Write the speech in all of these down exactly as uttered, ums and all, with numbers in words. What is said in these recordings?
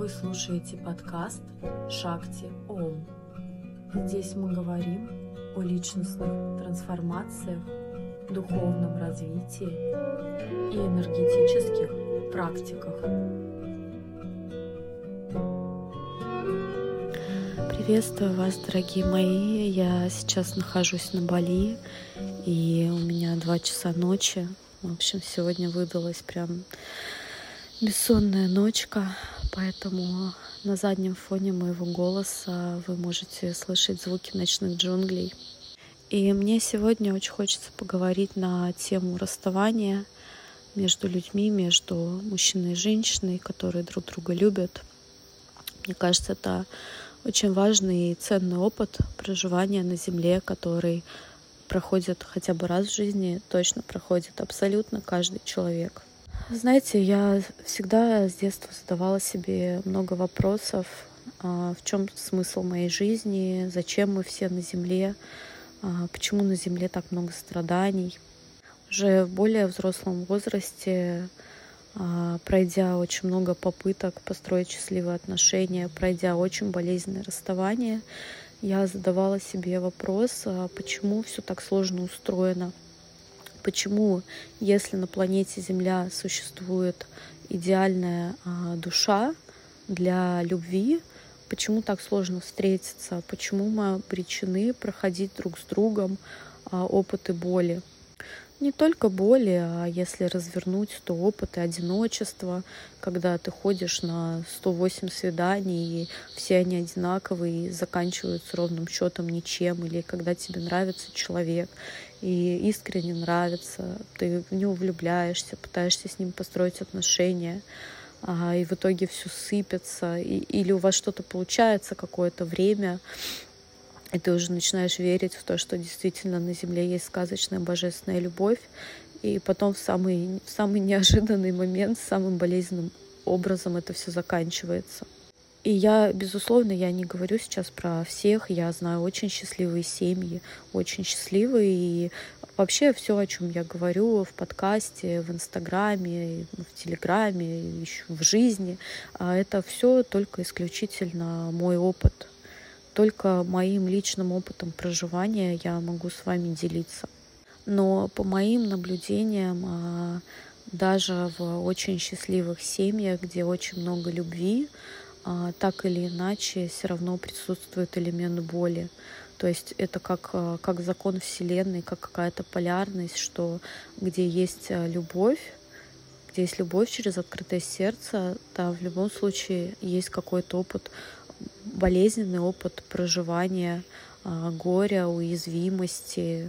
Вы слушаете подкаст «Шакти Ом». Здесь мы говорим о личностных трансформациях, духовном развитии и энергетических практиках. Приветствую вас, дорогие мои. Я сейчас нахожусь на Бали, и у меня два часа ночи. В общем, сегодня выдалась прям бессонная ночка, поэтому на заднем фоне моего голоса вы можете слышать звуки ночных джунглей. И мне сегодня очень хочется поговорить на тему расставания между людьми, между мужчиной и женщиной, которые друг друга любят. Мне кажется, это очень важный и ценный опыт проживания на Земле, который проходит хотя бы раз в жизни, точно проходит абсолютно каждый человек. Знаете, я всегда с детства задавала себе много вопросов, в чем смысл моей жизни, зачем мы все на Земле, почему на Земле так много страданий. Уже в более взрослом возрасте, пройдя очень много попыток построить счастливые отношения, пройдя очень болезненное расставание, я задавала себе вопрос, почему все так сложно устроено. Почему, если на планете Земля существует идеальная а, душа для любви, почему так сложно встретиться, почему мы обречены проходить друг с другом а, опыты боли. Не только боли, а если развернуть, то опыты одиночества, когда ты ходишь на сто восемь свиданий, и все они одинаковые и заканчиваются ровным счетом ничем, или когда тебе нравится человек и искренне нравится, ты в него влюбляешься, пытаешься с ним построить отношения, а, и в итоге все сыпется, и, или у вас что-то получается какое-то время, и ты уже начинаешь верить в то, что действительно на Земле есть сказочная божественная любовь, и потом в самый, в самый неожиданный момент, самым болезненным образом это все заканчивается. И я, безусловно, я не говорю сейчас про всех, я знаю очень счастливые семьи, очень счастливые, и вообще все, о чем я говорю в подкасте, в Инстаграме, в Телеграме, еще в жизни, это все только исключительно мой опыт. Только моим личным опытом проживания я могу с вами делиться. Но по моим наблюдениям, даже в очень счастливых семьях, где очень много любви, так или иначе все равно присутствует элемент боли. То есть это как, как закон Вселенной, как какая-то полярность, что где есть любовь, где есть любовь через открытое сердце, там в любом случае есть какой-то опыт, болезненный опыт проживания а, горя, уязвимости,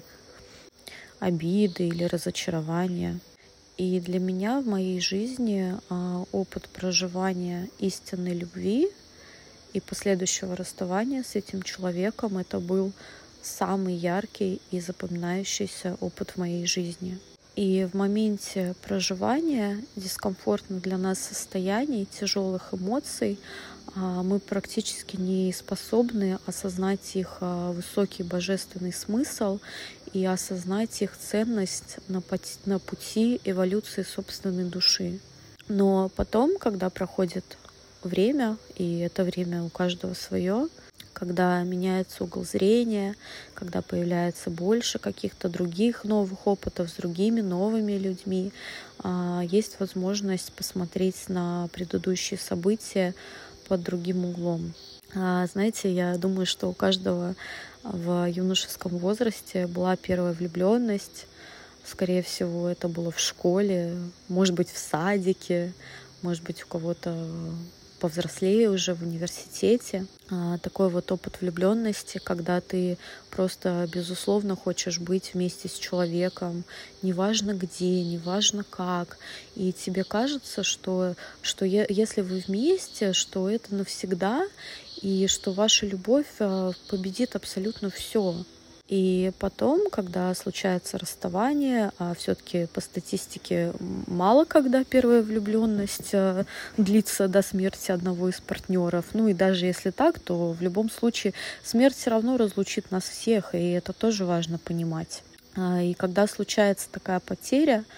обиды или разочарования. И для меня в моей жизни а, опыт проживания истинной любви и последующего расставания с этим человеком — это был самый яркий и запоминающийся опыт в моей жизни. И в моменте проживания дискомфортных для нас состояний, тяжелых эмоций, мы практически не способны осознать их высокий божественный смысл и осознать их ценность на пути эволюции собственной души. Но потом, когда проходит время, и это время у каждого свое, когда меняется угол зрения, когда появляется больше каких-то других новых опытов с другими новыми людьми, есть возможность посмотреть на предыдущие события под другим углом. Знаете, я думаю, что у каждого в юношеском возрасте была первая влюбленность. Скорее всего, это было в школе, может быть, в садике, может быть, у кого-то повзрослее уже в университете. Такой вот опыт влюбленности, когда ты просто, безусловно, хочешь быть вместе с человеком, неважно где, неважно как. И тебе кажется, что, что если вы вместе, что это навсегда, и что ваша любовь победит абсолютно все. И потом, когда случается расставание, а все-таки по статистике мало когда первая влюбленность длится до смерти одного из партнеров. Ну и даже если так, то в любом случае смерть все равно разлучит нас всех, и это тоже важно понимать. И когда случается такая потеря,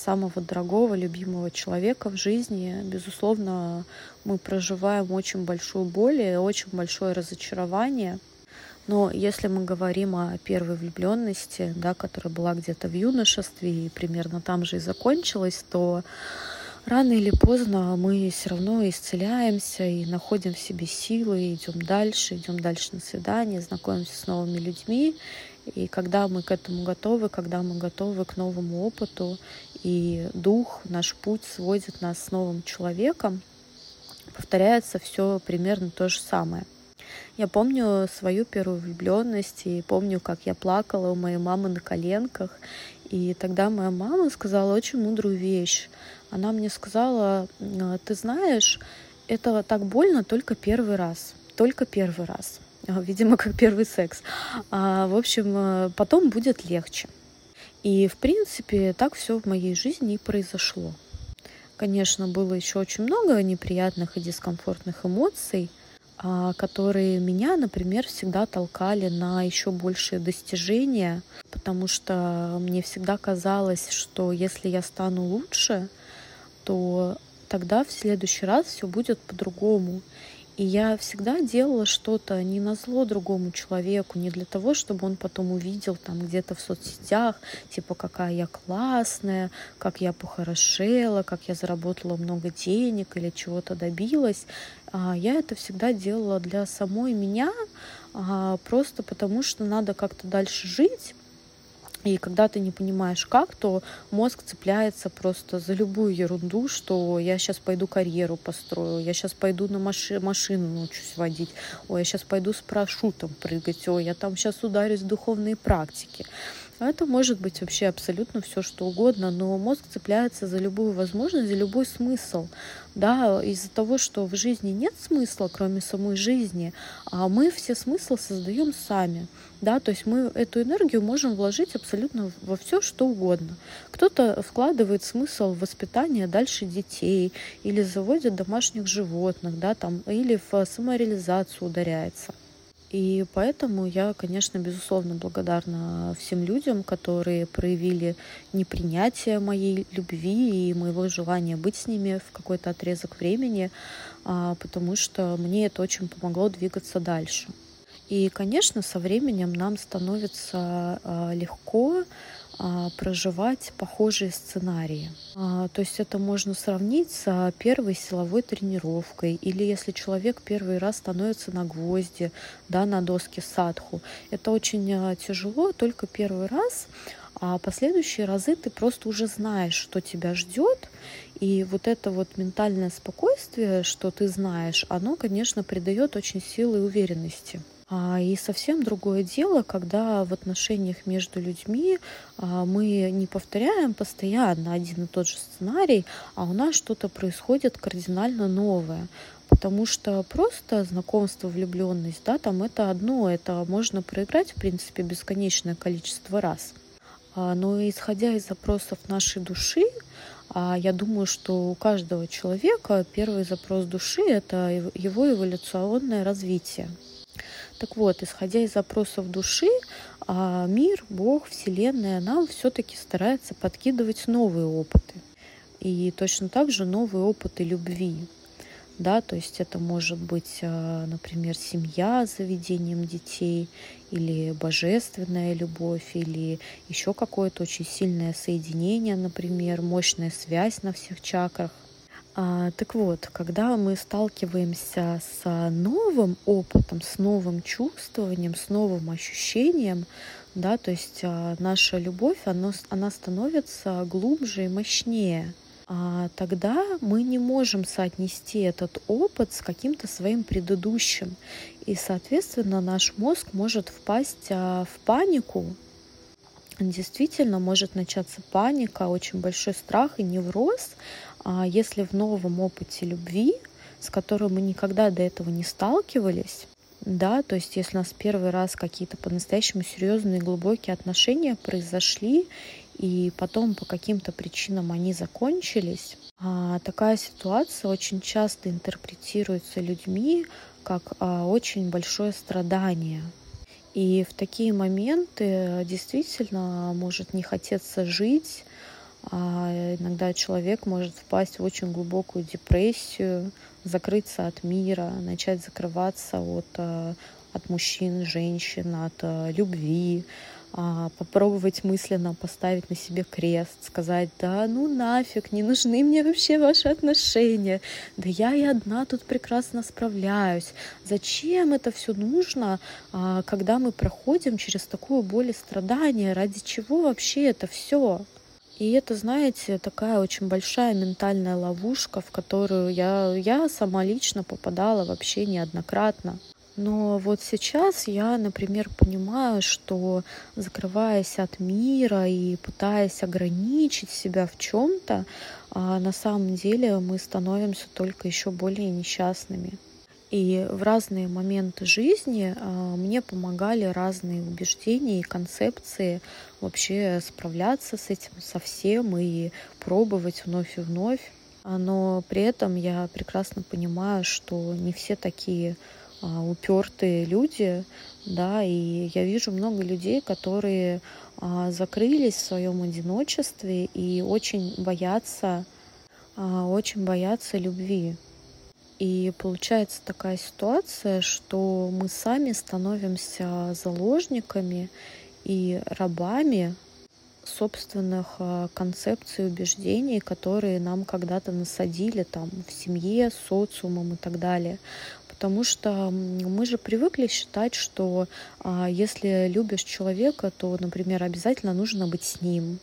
самого дорогого, любимого человека в жизни, безусловно, мы проживаем очень большую боль и очень большое разочарование. Но если мы говорим о первой влюбленности, да, которая была где-то в юношестве и примерно там же и закончилась, то рано или поздно мы все равно исцеляемся и находим в себе силы, идем дальше, идем дальше на свидание, знакомимся с новыми людьми. И когда мы к этому готовы, когда мы готовы к новому опыту, и дух, наш путь сводит нас с новым человеком, повторяется все примерно то же самое. Я помню свою первую влюбленность и помню, как я плакала у моей мамы на коленках. И тогда моя мама сказала очень мудрую вещь. Она мне сказала: ты знаешь, это так больно только первый раз, только первый раз. Видимо, как первый секс. А, в общем, потом будет легче. И, в принципе, так все в моей жизни и произошло. Конечно, было еще очень много неприятных и дискомфортных эмоций, которые меня, например, всегда толкали на еще большие достижения, потому что мне всегда казалось, что если я стану лучше, то тогда в следующий раз все будет по-другому. И я всегда делала что-то не назло другому человеку, не для того, чтобы он потом увидел там где-то в соцсетях, типа, какая я классная, как я похорошела, как я заработала много денег или чего-то добилась. Я это всегда делала для самой меня, просто потому что надо как-то дальше жить. И когда ты не понимаешь как, то мозг цепляется просто за любую ерунду, что я сейчас пойду карьеру построю, я сейчас пойду на маши- машину научусь водить, ой, я сейчас пойду с парашютом прыгать, ой, я там сейчас ударюсь в духовные практики. Это может быть вообще абсолютно все, что угодно, но мозг цепляется за любую возможность, за любой смысл. Да, из-за того, что в жизни нет смысла, кроме самой жизни, а мы все смыслы создаем сами. Да, то есть мы эту энергию можем вложить абсолютно во все, что угодно. Кто-то вкладывает смысл в воспитание дальше детей, или заводит домашних животных, да, там, или в самореализацию ударяется. И поэтому я, конечно, безусловно благодарна всем людям, которые проявили непринятие моей любви и моего желания быть с ними в какой-то отрезок времени, потому что мне это очень помогло двигаться дальше. И, конечно, со временем нам становится легко проживать похожие сценарии. То есть это можно сравнить с первой силовой тренировкой, или если человек первый раз становится на гвозди, да, на доске садху. Это очень тяжело только первый раз, а последующие разы ты просто уже знаешь, что тебя ждет. И вот это вот ментальное спокойствие, что ты знаешь, оно, конечно, придает очень силы и уверенности. И совсем другое дело, когда в отношениях между людьми мы не повторяем постоянно один и тот же сценарий, а у нас что-то происходит кардинально новое. Потому что просто знакомство, влюбленность, да, там это одно, это можно проиграть, в принципе, бесконечное количество раз. Но исходя из запросов нашей души, я думаю, что у каждого человека первый запрос души — это его эволюционное развитие. Так вот, исходя из запросов души, мир, Бог, Вселенная нам все-таки старается подкидывать новые опыты. И точно так же новые опыты любви. Да, то есть это может быть, например, семья с заведением детей, или божественная любовь, или еще какое-то очень сильное соединение, например, мощная связь на всех чакрах. А, так вот, когда мы сталкиваемся с новым опытом, с новым чувствованием, с новым ощущением, да, то есть а, наша любовь, она, она становится глубже и мощнее. А, тогда мы не можем соотнести этот опыт с каким-то своим предыдущим. И, соответственно, наш мозг может впасть а, в панику. Действительно может начаться паника, очень большой страх и невроз, если в новом опыте любви, с которым мы никогда до этого не сталкивались, да, то есть если у нас первый раз какие-то по-настоящему серьезные глубокие отношения произошли, и потом по каким-то причинам они закончились, такая ситуация очень часто интерпретируется людьми как очень большое страдание. И в такие моменты действительно может не хотеться жить, А иногда человек может впасть в очень глубокую депрессию, закрыться от мира, начать закрываться от, а, от мужчин, женщин, от а, любви, а, попробовать мысленно поставить на себе крест, сказать: да ну нафиг, не нужны мне вообще ваши отношения, да я и одна тут прекрасно справляюсь. Зачем это все нужно, а, когда мы проходим через такую боль и страдания? Ради чего вообще это все? И это, знаете, такая очень большая ментальная ловушка, в которую я, я сама лично попадала вообще неоднократно. Но вот сейчас я, например, понимаю, что, закрываясь от мира и пытаясь ограничить себя в чем-то, на самом деле мы становимся только еще более несчастными. И в разные моменты жизни а, мне помогали разные убеждения и концепции вообще справляться с этим совсем и пробовать вновь и вновь. А, Но при этом я прекрасно понимаю, что не все такие а, упертые люди, да, и я вижу много людей, которые а, закрылись в своем одиночестве и очень боятся, а, очень боятся любви. И получается такая ситуация, что мы сами становимся заложниками и рабами собственных а, концепций, убеждений, которые нам когда-то насадили там в семье, социумом и так далее. Потому что м, мы же привыкли считать, что а, если любишь человека, то, например, обязательно нужно быть с ним.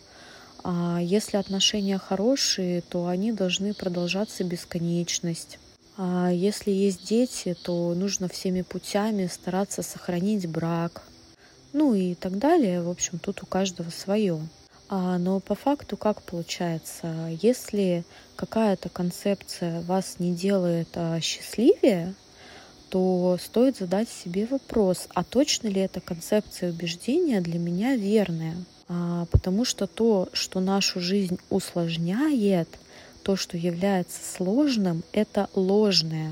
А если отношения хорошие, то они должны продолжаться бесконечность. А если есть дети, то нужно всеми путями стараться сохранить брак. Ну и так далее. В общем, тут у каждого свое. А, но по факту как получается? Если какая-то концепция вас не делает а, счастливее, то стоит задать себе вопрос, а точно ли эта концепция убеждения для меня верная? А, потому что то, что нашу жизнь усложняет, то, что является сложным, это ложное.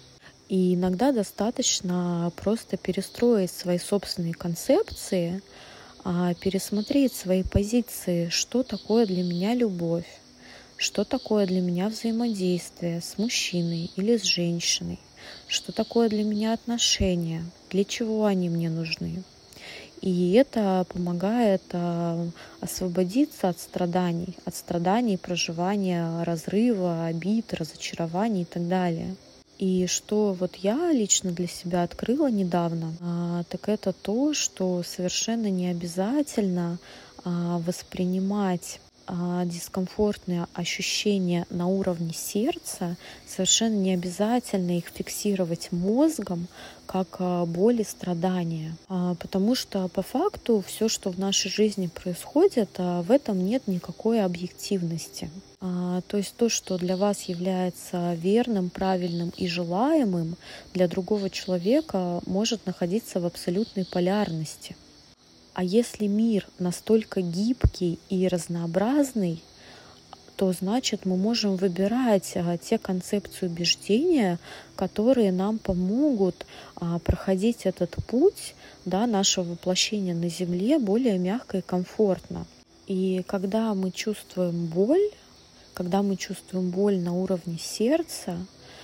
И иногда достаточно просто перестроить свои собственные концепции, а, пересмотреть свои позиции, что такое для меня любовь, что такое для меня взаимодействие с мужчиной или с женщиной, что такое для меня отношения, для чего они мне нужны. И это помогает а, освободиться от страданий, от страданий проживания разрыва, обид, разочарований и так далее. И что вот я лично для себя открыла недавно, а, так это то, что совершенно не обязательно а, воспринимать а, дискомфортные ощущения на уровне сердца, совершенно не обязательно их фиксировать мозгом, как а, боль и страдания. А, потому что по факту все, что в нашей жизни происходит, а, в этом нет никакой объективности. А, то есть то, что для вас является верным, правильным и желаемым, для другого человека может находиться в абсолютной полярности. А если мир настолько гибкий и разнообразный, то значит мы можем выбирать а, те концепции убеждения, которые нам помогут а, проходить этот путь, да, нашего воплощения на Земле более мягко и комфортно. И когда мы чувствуем боль, когда мы чувствуем боль на уровне сердца,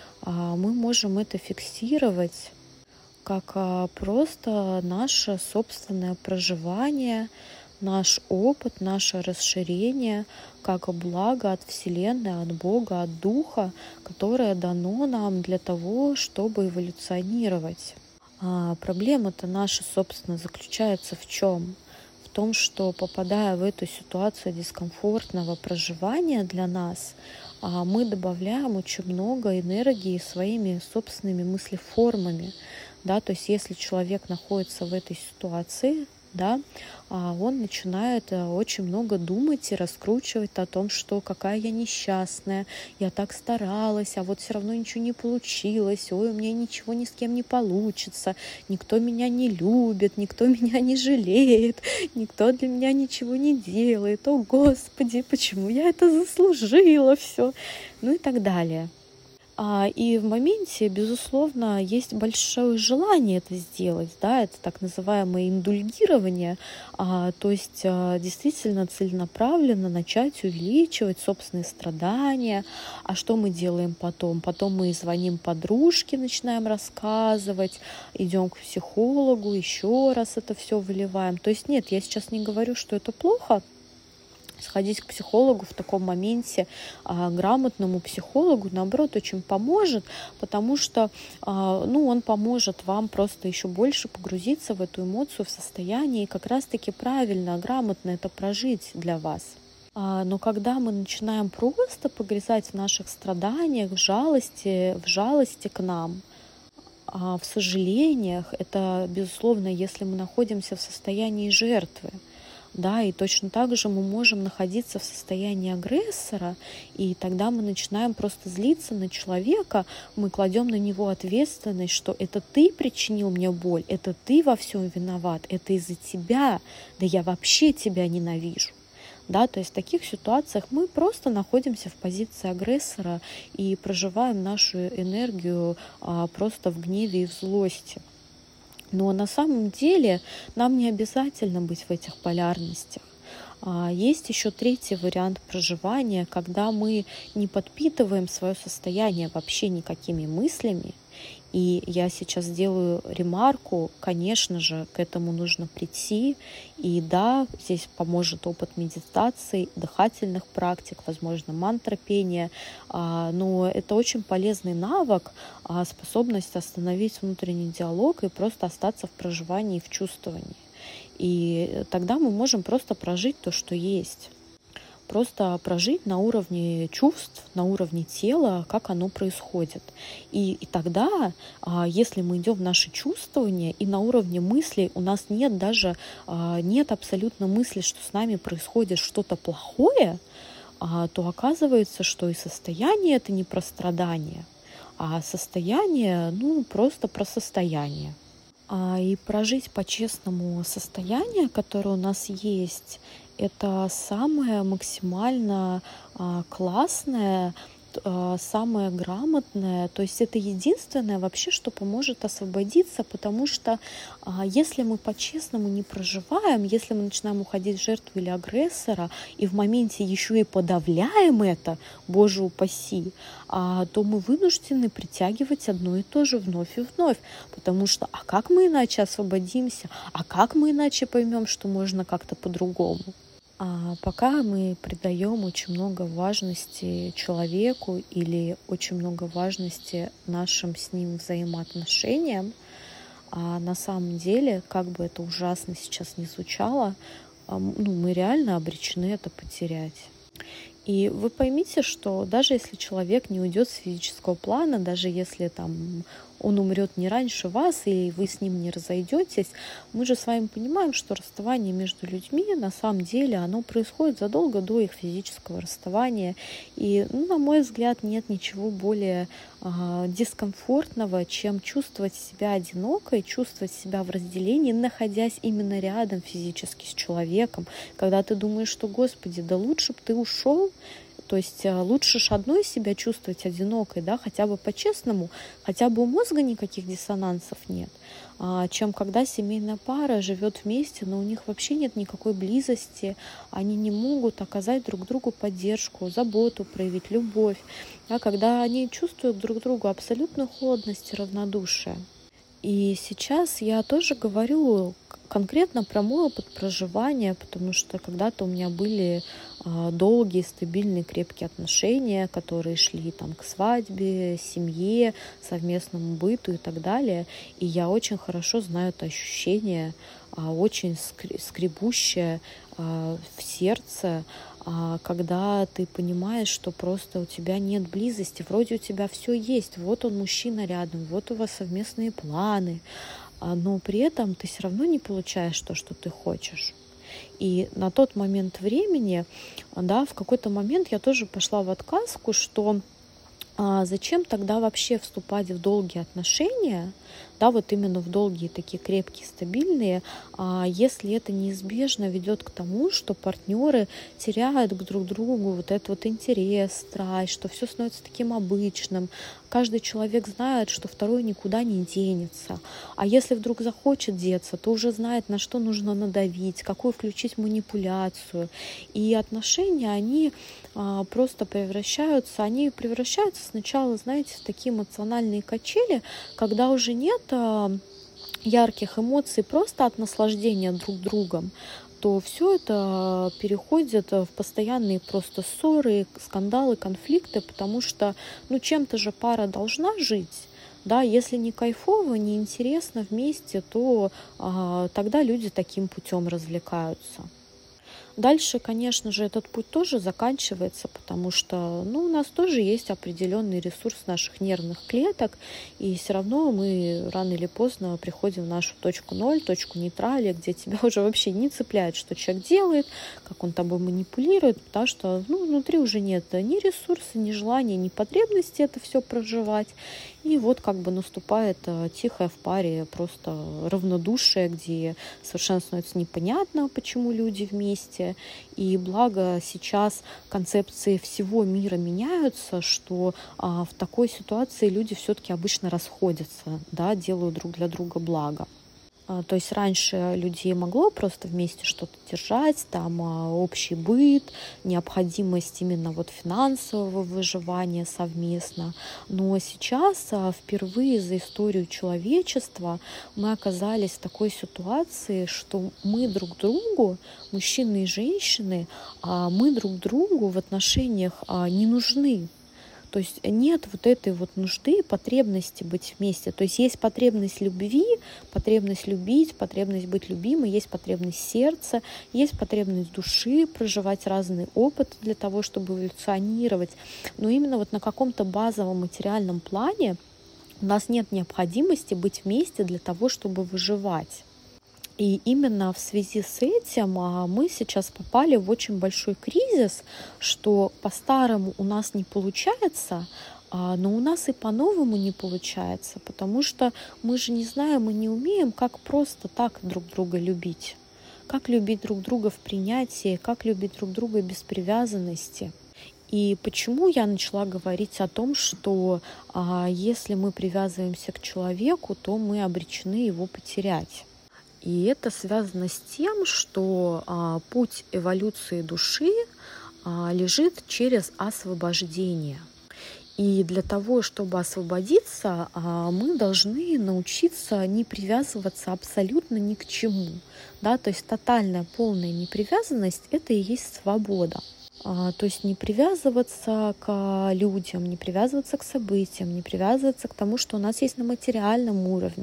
а, мы можем это фиксировать как а, просто наше собственное проживание, наш опыт, наше расширение, как благо от Вселенной, от Бога, от Духа, которое дано нам для того, чтобы эволюционировать. А проблема-то наша, собственно, заключается в чем? В том, что, попадая в эту ситуацию дискомфортного проживания для нас, а, мы добавляем очень много энергии своими собственными мыслеформами. Да, то есть если человек находится в этой ситуации, да, а, он начинает а, очень много думать и раскручивать о том, что какая я несчастная, я так старалась, а вот все равно ничего не получилось, ой, у меня ничего ни с кем не получится, никто меня не любит, никто меня не жалеет, никто для меня ничего не делает, о Господи, почему я это заслужила все, ну и так далее. А, И в моменте, безусловно, есть большое желание это сделать, да, это так называемое индульгирование, а, то есть а, действительно целенаправленно начать увеличивать собственные страдания. А что мы делаем потом? Потом мы звоним подружке, начинаем рассказывать, идем к психологу, еще раз это все выливаем. То есть нет, я сейчас не говорю, что это плохо. Сходить к психологу в таком моменте, а, грамотному психологу, наоборот, очень поможет, потому что а, ну, он поможет вам просто еще больше погрузиться в эту эмоцию, в состояние, и как раз-таки правильно, грамотно это прожить для вас. А, Но когда мы начинаем просто погрязать в наших страданиях, в жалости, в жалости к нам, а, в сожалениях, это, безусловно, если мы находимся в состоянии жертвы. Да, и точно так же мы можем находиться в состоянии агрессора, и тогда мы начинаем просто злиться на человека, мы кладем на него ответственность, что это ты причинил мне боль, это ты во всем виноват, это из-за тебя, да я вообще тебя ненавижу. Да, то есть в таких ситуациях мы просто находимся в позиции агрессора и проживаем нашу энергию а, просто в гневе и в злости. Но на самом деле нам не обязательно быть в этих полярностях. А, Есть еще третий вариант проживания, когда мы не подпитываем свое состояние вообще никакими мыслями. И я сейчас сделаю ремарку, конечно же, к этому нужно прийти. И да, здесь поможет опыт медитации, дыхательных практик, возможно, мантропения. А, Но это очень полезный навык, а, способность остановить внутренний диалог и просто остаться в проживании, в чувствовании. И тогда мы можем просто прожить то, что есть. Просто прожить на уровне чувств, на уровне тела, как оно происходит. И, и тогда, а, если мы идем в наше чувствование, и на уровне мыслей у нас нет даже, а, нет абсолютно мысли, что с нами происходит что-то плохое, а, то оказывается, что и состояние это не про страдание, а состояние, ну, просто про состояние. А, И прожить по-честному состояние, которое у нас есть, это самое максимально а, классное, т- а, самое грамотное. То есть это единственное вообще, что поможет освободиться, потому что а, если мы по-честному не проживаем, если мы начинаем уходить в жертву или агрессора, и в моменте еще и подавляем это, боже упаси, а, то мы вынуждены притягивать одно и то же вновь и вновь. Потому что, а как мы иначе освободимся? А как мы иначе поймем, что можно как-то по-другому? А пока мы придаем очень много важности человеку или очень много важности нашим с ним взаимоотношениям, а на самом деле, как бы это ужасно сейчас не звучало, а, м, ну, мы реально обречены это потерять. И вы поймите, что даже если человек не уйдет с физического плана, даже если там он умрет не раньше вас, и вы с ним не разойдетесь, мы же с вами понимаем, что расставание между людьми на самом деле оно происходит задолго до их физического расставания. И, ну, на мой взгляд, нет ничего более а, дискомфортного, чем чувствовать себя одинокой, чувствовать себя в разделении, находясь именно рядом физически с человеком, когда ты думаешь, что, Господи, да лучше бы ты ушел. То есть а, лучше ж одной себя чувствовать одинокой, да, хотя бы по-честному, хотя бы у мозга никаких диссонансов нет, а, чем когда семейная пара живет вместе, но у них вообще нет никакой близости, они не могут оказать друг другу поддержку, заботу, проявить любовь, да, когда они чувствуют друг другу абсолютную холодность и равнодушие. И сейчас я тоже говорю к- конкретно про мой опыт проживания, потому что когда-то у меня были а, долгие, стабильные, крепкие отношения, которые шли там к свадьбе, семье, совместному быту и так далее. И я очень хорошо знаю это ощущение, а, очень скр- скребущее а, в сердце, а, когда ты понимаешь, что просто у тебя нет близости, вроде у тебя все есть, вот он мужчина рядом, вот у вас совместные планы, а, но при этом ты все равно не получаешь то, что ты хочешь. И на тот момент времени, да, в какой-то момент я тоже пошла в отказку, что а зачем тогда вообще вступать в долгие отношения, да, вот именно в долгие такие крепкие, стабильные, а если это неизбежно ведет к тому, что партнеры теряют к друг другу вот этот вот интерес, страсть, что все становится таким обычным. Каждый человек знает, что второй никуда не денется. А если вдруг захочет деться, то уже знает, на что нужно надавить, какую включить манипуляцию. И отношения, они а, просто превращаются, они превращаются сначала, знаете, в такие эмоциональные качели, когда уже нет а, ярких эмоций просто от наслаждения друг другом, то все это переходит в постоянные просто ссоры, скандалы, конфликты, потому что, ну, чем-то же пара должна жить. Да, если не кайфово, не интересно вместе, то а, тогда люди таким путем развлекаются. Дальше, конечно же, этот путь тоже заканчивается, потому что, ну, у нас тоже есть определенный ресурс наших нервных клеток, и все равно мы рано или поздно приходим в нашу точку ноль, точку нейтрали, где тебя уже вообще не цепляет, что человек делает, как он тобой манипулирует, потому что, ну, внутри уже нет ни ресурса, ни желания, ни потребности это все проживать. И вот как бы наступает тихое в паре просто равнодушие, где совершенно становится непонятно, почему люди вместе. И благо сейчас концепции всего мира меняются, что а, в такой ситуации люди все-таки обычно расходятся, да, делают друг для друга благо. То есть раньше людей могло просто вместе что-то держать, там общий быт, необходимость именно вот финансового выживания совместно. Но сейчас впервые за историю человечества мы оказались в такой ситуации, что мы друг другу, мужчины и женщины, мы друг другу в отношениях не нужны. То есть нет вот этой вот нужды, потребности быть вместе. То есть есть потребность любви, потребность любить, потребность быть любимой, есть потребность сердца, есть потребность души, проживать разные опыты для того, чтобы эволюционировать. Но именно вот на каком-то базовом материальном плане у нас нет необходимости быть вместе для того, чтобы выживать. И именно в связи с этим мы сейчас попали в очень большой кризис, что по-старому у нас не получается, но у нас и по-новому не получается, потому что мы же не знаем и не умеем, как просто так друг друга любить, как любить друг друга в принятии, как любить друг друга без привязанности. И почему я начала говорить о том, что а, если мы привязываемся к человеку, то мы обречены его потерять. И это связано с тем, что а, путь эволюции души а, лежит через освобождение. И для того, чтобы освободиться, а, мы должны научиться не привязываться абсолютно ни к чему. Да? То есть тотальная, полная непривязанность – это и есть свобода. А, то есть не привязываться к людям, не привязываться к событиям, не привязываться к тому, что у нас есть на материальном уровне.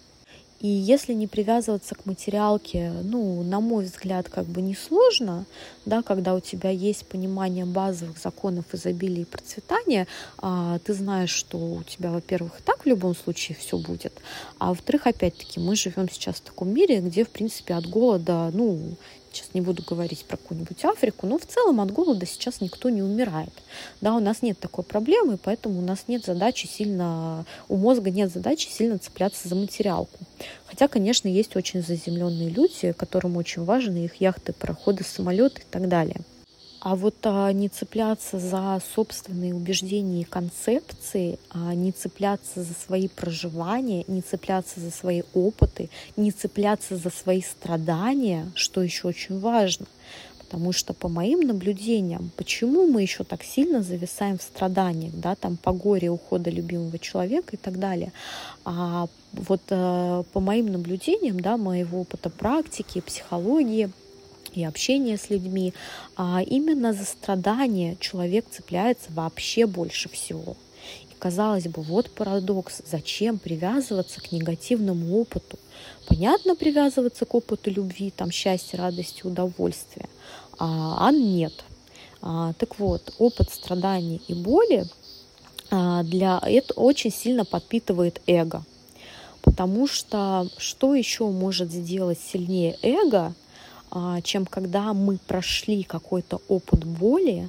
И если не привязываться к материалке, ну, на мой взгляд, как бы несложно, да, когда у тебя есть понимание базовых законов изобилия и процветания, а, ты знаешь, что у тебя, во-первых, так в любом случае все будет, а во-вторых, опять-таки, мы живем сейчас в таком мире, где, в принципе, от голода, ну, сейчас не буду говорить про какую-нибудь Африку, но в целом от голода сейчас никто не умирает. Да, у нас нет такой проблемы, поэтому у нас нет задачи сильно, у мозга нет задачи сильно цепляться за материалку. Хотя, конечно, есть очень заземленные люди, которым очень важны их яхты, пароходы, самолеты и так далее. А вот а, не цепляться за собственные убеждения и концепции, а не цепляться за свои проживания, не цепляться за свои опыты, не цепляться за свои страдания, что еще очень важно. Потому что по моим наблюдениям, почему мы еще так сильно зависаем в страданиях, да, там по горе ухода любимого человека и так далее. А вот а, по моим наблюдениям, да, моего опыта практики, психологии, и общение с людьми, а именно за страдания человек цепляется вообще больше всего. И казалось бы, вот парадокс, зачем привязываться к негативному опыту? Понятно, привязываться к опыту любви, там счастья, радости, удовольствия, а, а нет. А, так вот, опыт страданий и боли а, для это очень сильно подпитывает эго, потому что что еще может сделать сильнее эго, чем когда мы прошли какой-то опыт боли,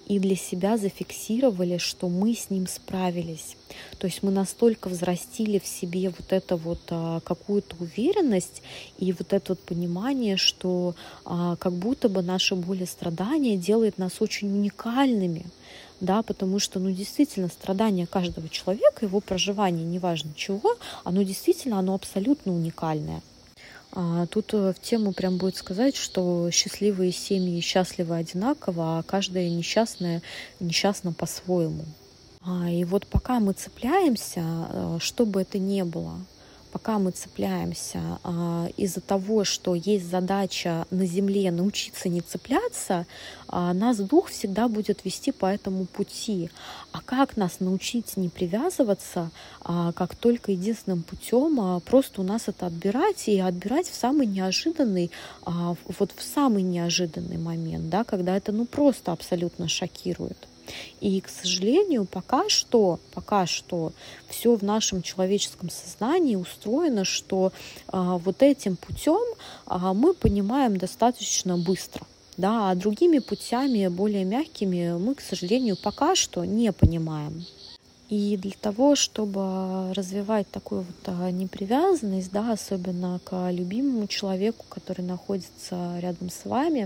и для себя зафиксировали, что мы с ним справились. То есть мы настолько взрастили в себе вот эту вот а, какую-то уверенность и вот это вот понимание, что а, как будто бы наши боли и страдания делает нас очень уникальными. Да, потому что, ну, действительно, страдания каждого человека, его проживание, неважно чего, оно действительно, оно абсолютно уникальное. А тут в тему прям будет сказать, что счастливые семьи счастливы одинаково, а каждая несчастная несчастна по-своему. А, и вот пока мы цепляемся, что бы это ни было, пока мы цепляемся а, из-за того, что есть задача на земле научиться не цепляться, а, нас дух всегда будет вести по этому пути. А как нас научить не привязываться, а, как только единственным путем а, просто у нас это отбирать и отбирать в самый неожиданный, а, вот в самый неожиданный момент, да, когда это ну просто абсолютно шокирует. И, к сожалению, пока что, пока что все в нашем человеческом сознании устроено, что а, вот этим путем а, мы понимаем достаточно быстро. Да, а другими путями, более мягкими, мы, к сожалению, пока что не понимаем. И для того, чтобы развивать такую вот непривязанность, да, особенно к любимому человеку, который находится рядом с вами,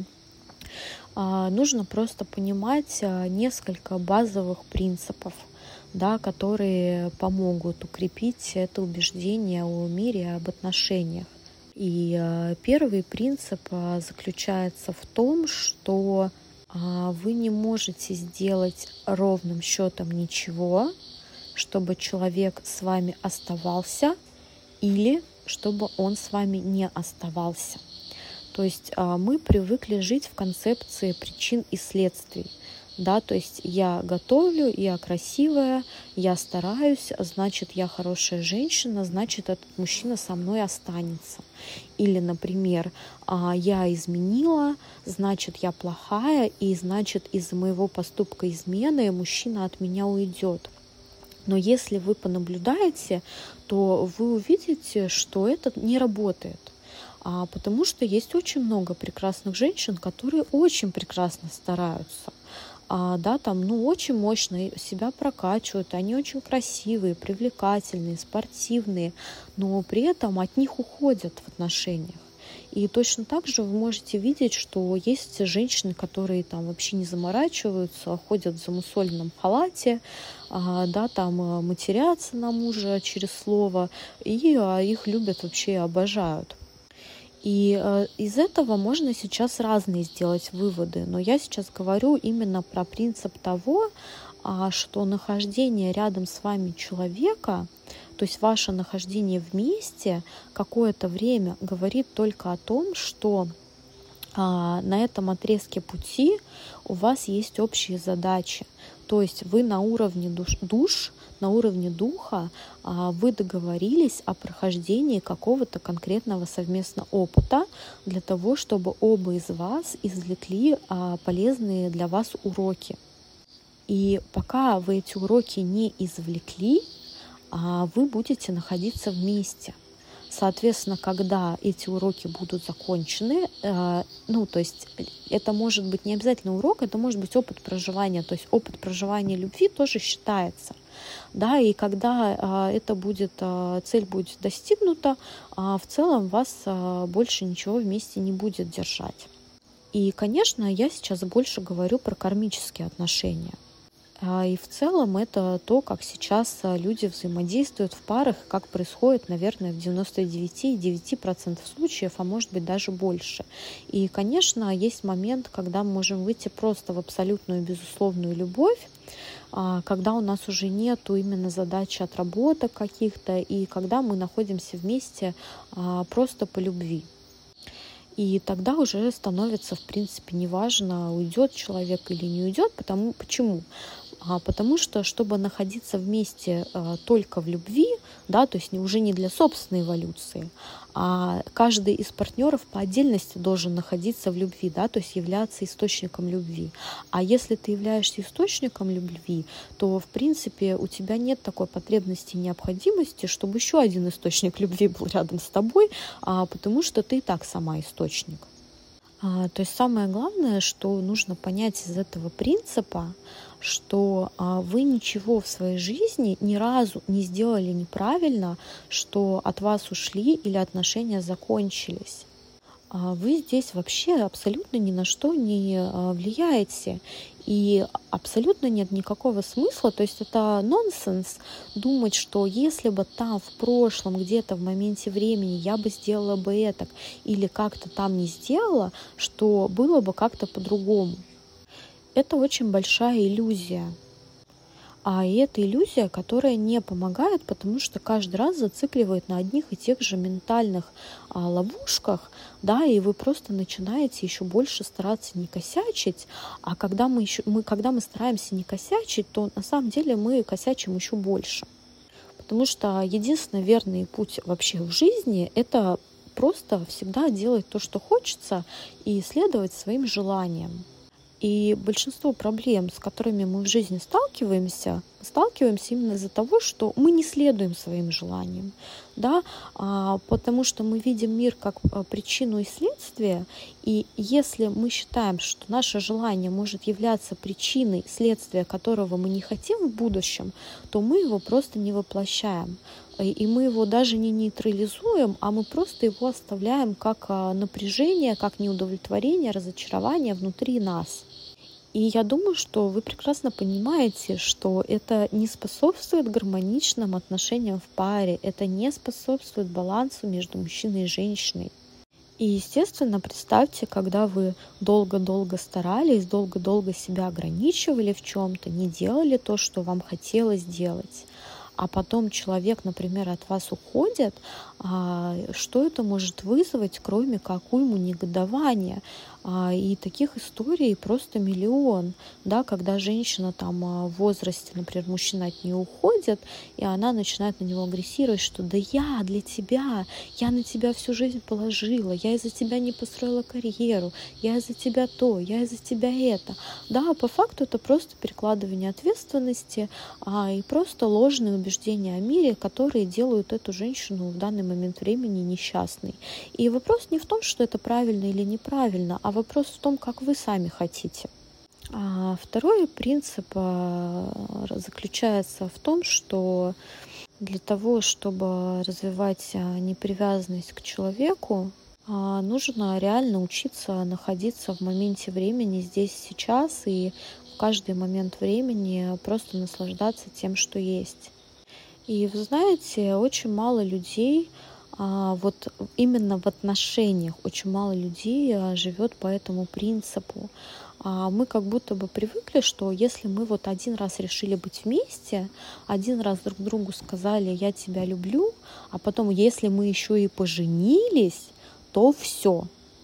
нужно просто понимать несколько базовых принципов, да, которые помогут укрепить это убеждение о мире и об отношениях. И первый принцип заключается в том, что вы не можете сделать ровным счетом ничего, чтобы человек с вами оставался или чтобы он с вами не оставался. То есть мы привыкли жить в концепции причин и следствий. Да, то есть я готовлю, я красивая, я стараюсь, значит, я хорошая женщина, значит, этот мужчина со мной останется. Или, например, я изменила, значит, я плохая, и значит, из-за моего поступка измены мужчина от меня уйдет. Но если вы понаблюдаете, то вы увидите, что это не работает. А потому что есть очень много прекрасных женщин, которые очень прекрасно стараются. А, да, там, ну, очень мощно себя прокачивают, они очень красивые, привлекательные, спортивные, но при этом от них уходят в отношениях. И точно так же вы можете видеть, что есть женщины, которые там вообще не заморачиваются, ходят в замусоленном халате, а, да, там матерятся на мужа через слово, и а, их любят вообще и обожают. И э, из этого можно сейчас разные сделать выводы, но я сейчас говорю именно про принцип того, а, что нахождение рядом с вами человека, то есть ваше нахождение вместе какое-то время говорит только о том, что а, на этом отрезке пути у вас есть общие задачи. То есть вы на уровне душ, душ на уровне духа а, вы договорились о прохождении какого-то конкретного совместного опыта для того, чтобы оба из вас извлекли а, полезные для вас уроки. И пока вы эти уроки не извлекли, а, вы будете находиться вместе. Соответственно, когда эти уроки будут закончены, э, ну, то есть это может быть не обязательно урок, это может быть опыт проживания, то есть опыт проживания любви тоже считается. Да, и когда э, это будет, э, цель будет достигнута, э, в целом вас э, больше ничего вместе не будет держать. И, конечно, я сейчас больше говорю про кармические отношения. И в целом это то, как сейчас люди взаимодействуют в парах, как происходит, наверное, в девяносто девять целых девять десятых процента случаев, а может быть даже больше. И, конечно, есть момент, когда мы можем выйти просто в абсолютную безусловную любовь, когда у нас уже нету именно задачи отработок каких-то, и когда мы находимся вместе просто по любви. И тогда уже становится, в принципе, неважно, уйдет человек или не уйдет. Потому, почему? А, потому что, чтобы находиться вместе а, только в любви, да, то есть уже не для собственной эволюции, а каждый из партнеров по отдельности должен находиться в любви, да, то есть являться источником любви. А если ты являешься источником любви, то, в принципе, у тебя нет такой потребности и необходимости, чтобы еще один источник любви был рядом с тобой, а, потому что ты и так сама источник. А, то есть самое главное, что нужно понять из этого принципа, что а, вы ничего в своей жизни ни разу не сделали неправильно, что от вас ушли или отношения закончились. А Вы здесь вообще абсолютно ни на что не а, влияете. И абсолютно нет никакого смысла, то есть это нонсенс думать, что если бы там в прошлом, где-то в моменте времени я бы сделала бы это или как-то там не сделала, что было бы как-то по-другому. Это очень большая иллюзия. А и это иллюзия, которая не помогает, потому что каждый раз зацикливает на одних и тех же ментальных а, ловушках, да, и вы просто начинаете еще больше стараться не косячить, а когда мы, еще, мы, когда мы стараемся не косячить, то на самом деле мы косячим еще больше. Потому что единственный верный путь вообще в жизни — это просто всегда делать то, что хочется, и следовать своим желаниям. И большинство проблем, с которыми мы в жизни сталкиваемся, сталкиваемся именно из-за того, что мы не следуем своим желаниям, да, а, потому что мы видим мир как а, причину и следствие, и если мы считаем, что наше желание может являться причиной, следствия которого мы не хотим в будущем, то мы его просто не воплощаем. И мы его даже не нейтрализуем, а мы просто его оставляем как а, напряжение, как неудовлетворение, разочарование внутри нас. И я думаю, что вы прекрасно понимаете, что это не способствует гармоничным отношениям в паре, это не способствует балансу между мужчиной и женщиной. И, естественно, представьте, когда вы долго-долго старались, долго-долго себя ограничивали в чем-то, не делали то, что вам хотелось делать, а потом человек, например, от вас уходит, а, что это может вызвать, кроме как уйму негодования? А, И таких историй просто миллион, да, когда женщина там а, в возрасте, например, мужчина от нее уходит, и она начинает на него агрессировать, что да я для тебя, я на тебя всю жизнь положила, я из-за тебя не построила карьеру, я из-за тебя то, я из-за тебя это. Да, по факту это просто перекладывание ответственности а, и просто ложные убеждения о мире, которые делают эту женщину в данный момент времени несчастной. И вопрос не в том, что это правильно или неправильно, а вопрос в том, как вы сами хотите. А второй принцип а, заключается в том, что для того, чтобы развивать а, непривязанность к человеку, а, нужно реально учиться находиться в моменте времени здесь, сейчас, и в каждый момент времени просто наслаждаться тем, что есть. И вы знаете, очень мало людей, а, вот именно в отношениях, очень мало людей а, живет по этому принципу. А Мы как будто бы привыкли, что если мы вот один раз решили быть вместе, один раз друг другу сказали «я тебя люблю», а потом, если мы еще и поженились, то все.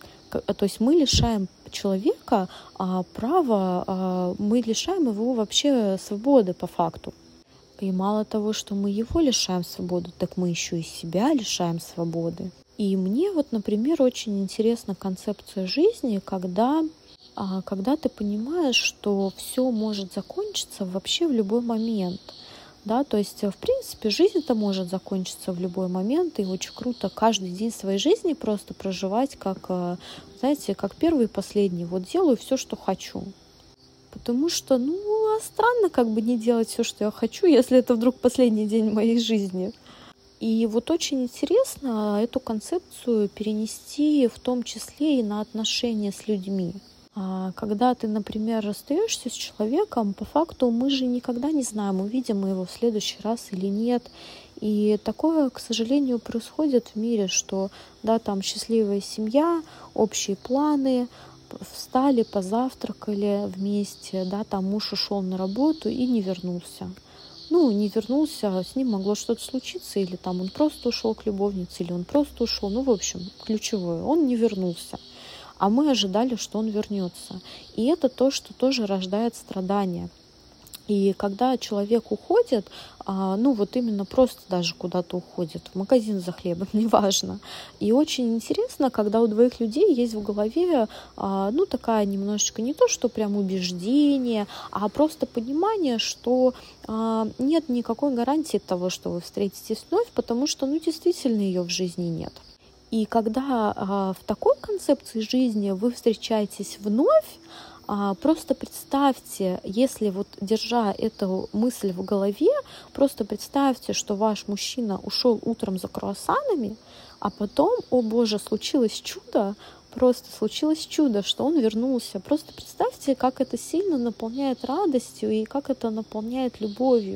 То есть мы лишаем человека а, права, а, мы лишаем его вообще свободы по факту. И мало того, что мы его лишаем свободы, так мы еще и себя лишаем свободы. И мне вот, например, очень интересна концепция жизни, когда, а, когда ты понимаешь, что все может закончиться вообще в любой момент. Да, то есть, в принципе, жизнь-то может закончиться в любой момент, и очень круто каждый день своей жизни просто проживать как, а, знаете, как первый и последний. Вот делаю все, что хочу. Потому что, ну, а странно как бы не делать все, что я хочу, если это вдруг последний день моей жизни. И вот очень интересно эту концепцию перенести в том числе и на отношения с людьми. А Когда ты, например, расстаешься с человеком, по факту мы же никогда не знаем, увидим мы его в следующий раз или нет. И такое, к сожалению, происходит в мире, что да, там счастливая семья, общие планы, встали, позавтракали вместе, да, там муж ушел на работу и не вернулся. Ну, не вернулся, с ним могло что-то случиться, или там он просто ушел к любовнице, или он просто ушел, ну, в общем, ключевое, он не вернулся. А мы ожидали, что он вернется. И это то, что тоже рождает страдания. И когда человек уходит, а, ну вот именно просто даже куда-то уходит, в магазин за хлебом, неважно. И очень интересно, когда у двоих людей есть в голове, а, ну такая немножечко не то, что прям убеждение, а просто понимание, что а, нет никакой гарантии того, что вы встретитесь вновь, потому что, ну действительно ее в жизни нет. И когда а, в такой концепции жизни вы встречаетесь вновь, а, просто представьте, если вот держа эту мысль в голове, просто представьте, что ваш мужчина ушел утром за круассанами, а потом, о боже, случилось чудо, просто случилось чудо, что он вернулся. Просто представьте, как это сильно наполняет радостью и как это наполняет любовью.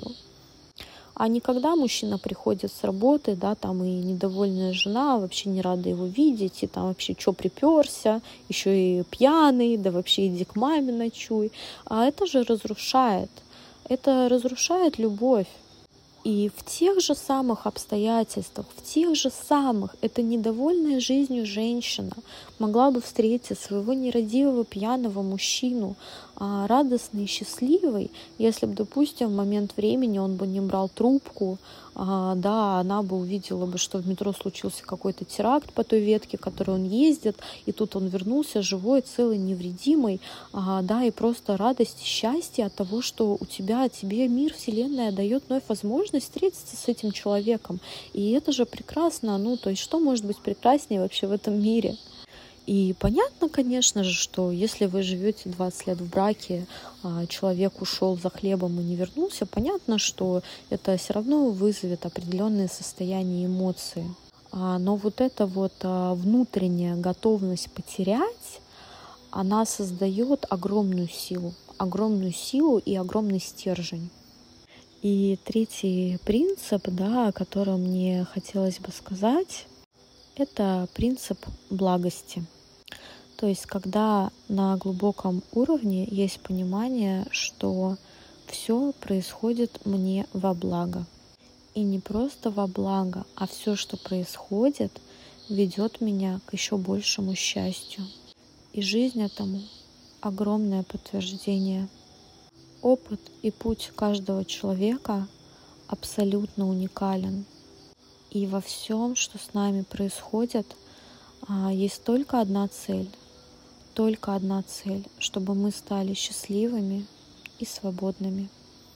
А не когда мужчина приходит с работы, да, там и недовольная жена, вообще не рада его видеть, и там вообще что приперся, еще и пьяный, да вообще иди к маме ночуй. А это же разрушает. Это разрушает любовь. И в тех же самых обстоятельствах, в тех же самых, эта недовольная жизнью женщина могла бы встретить своего нерадивого пьяного мужчину, а радостный и счастливый, если бы, допустим, в момент времени он бы не брал трубку, а, да, она бы увидела бы, что в метро случился какой-то теракт по той ветке, которой он ездит, и тут он вернулся живой, целый, невредимый, а, да, и просто радость и счастье от того, что у тебя, тебе мир, вселенная дает вновь возможность встретиться с этим человеком. И это же прекрасно, ну, то есть что может быть прекраснее вообще в этом мире? И понятно, конечно же, что если вы живете двадцать лет в браке, а человек ушел за хлебом и не вернулся, понятно, что это все равно вызовет определенные состояния и эмоции. А, но вот эта вот а, внутренняя готовность потерять, она создает огромную силу, огромную силу и огромный стержень. И третий принцип, да, о котором мне хотелось бы сказать, это принцип благости. То есть, когда на глубоком уровне есть понимание, что все происходит мне во благо. И не просто во благо, а все, что происходит, ведет меня к еще большему счастью. И жизнь этому огромное подтверждение. Опыт и путь каждого человека абсолютно уникален. И во всем, что с нами происходит, есть только одна цель. Только одна цель, чтобы мы стали счастливыми и свободными.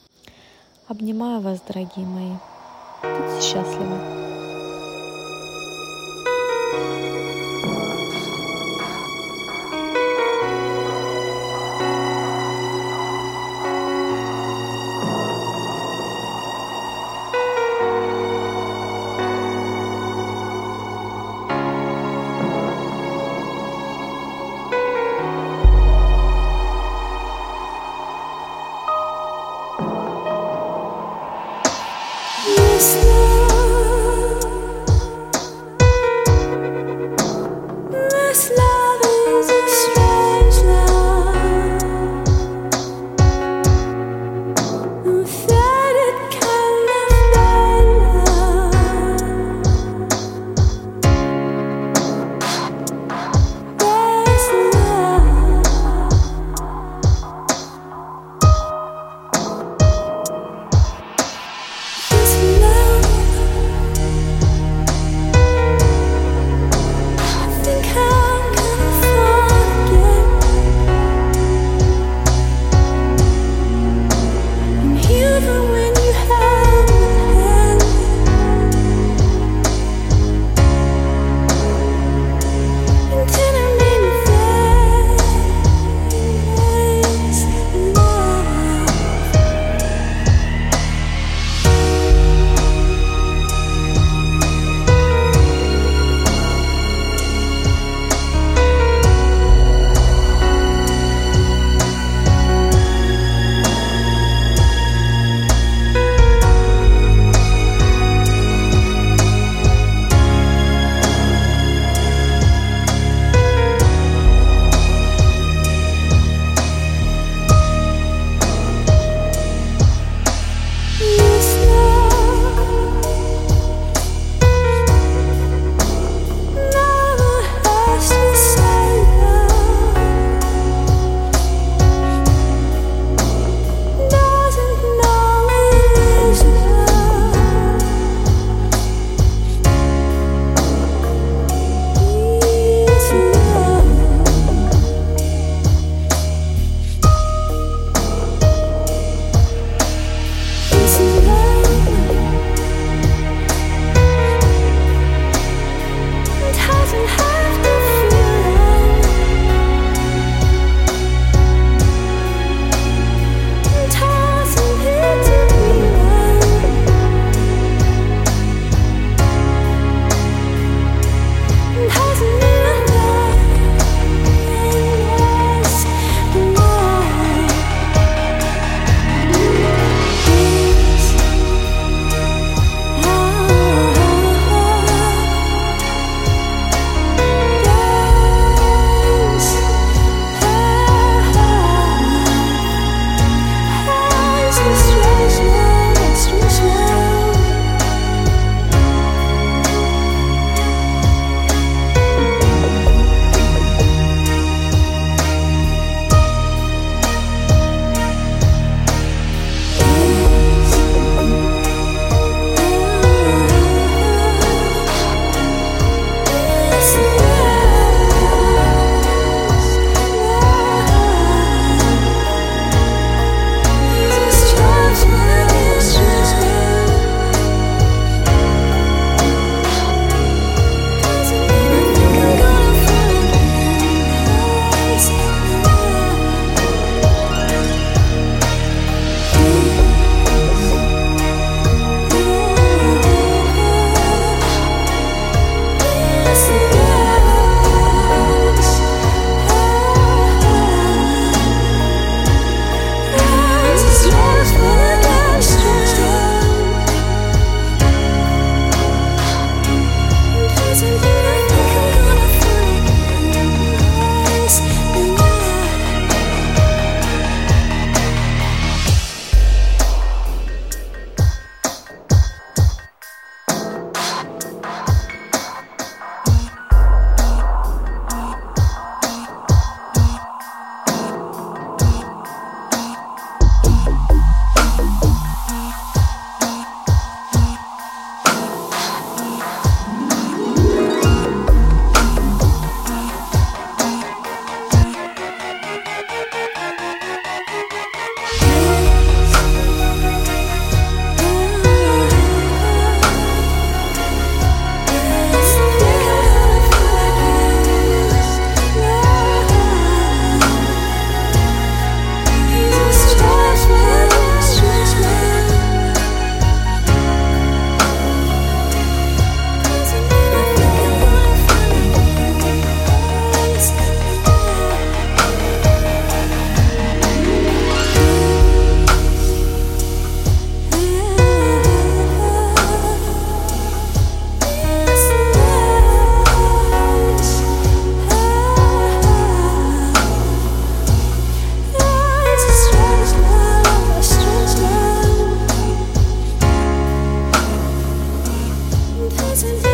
Обнимаю вас, дорогие мои. Будьте счастливы. Весна to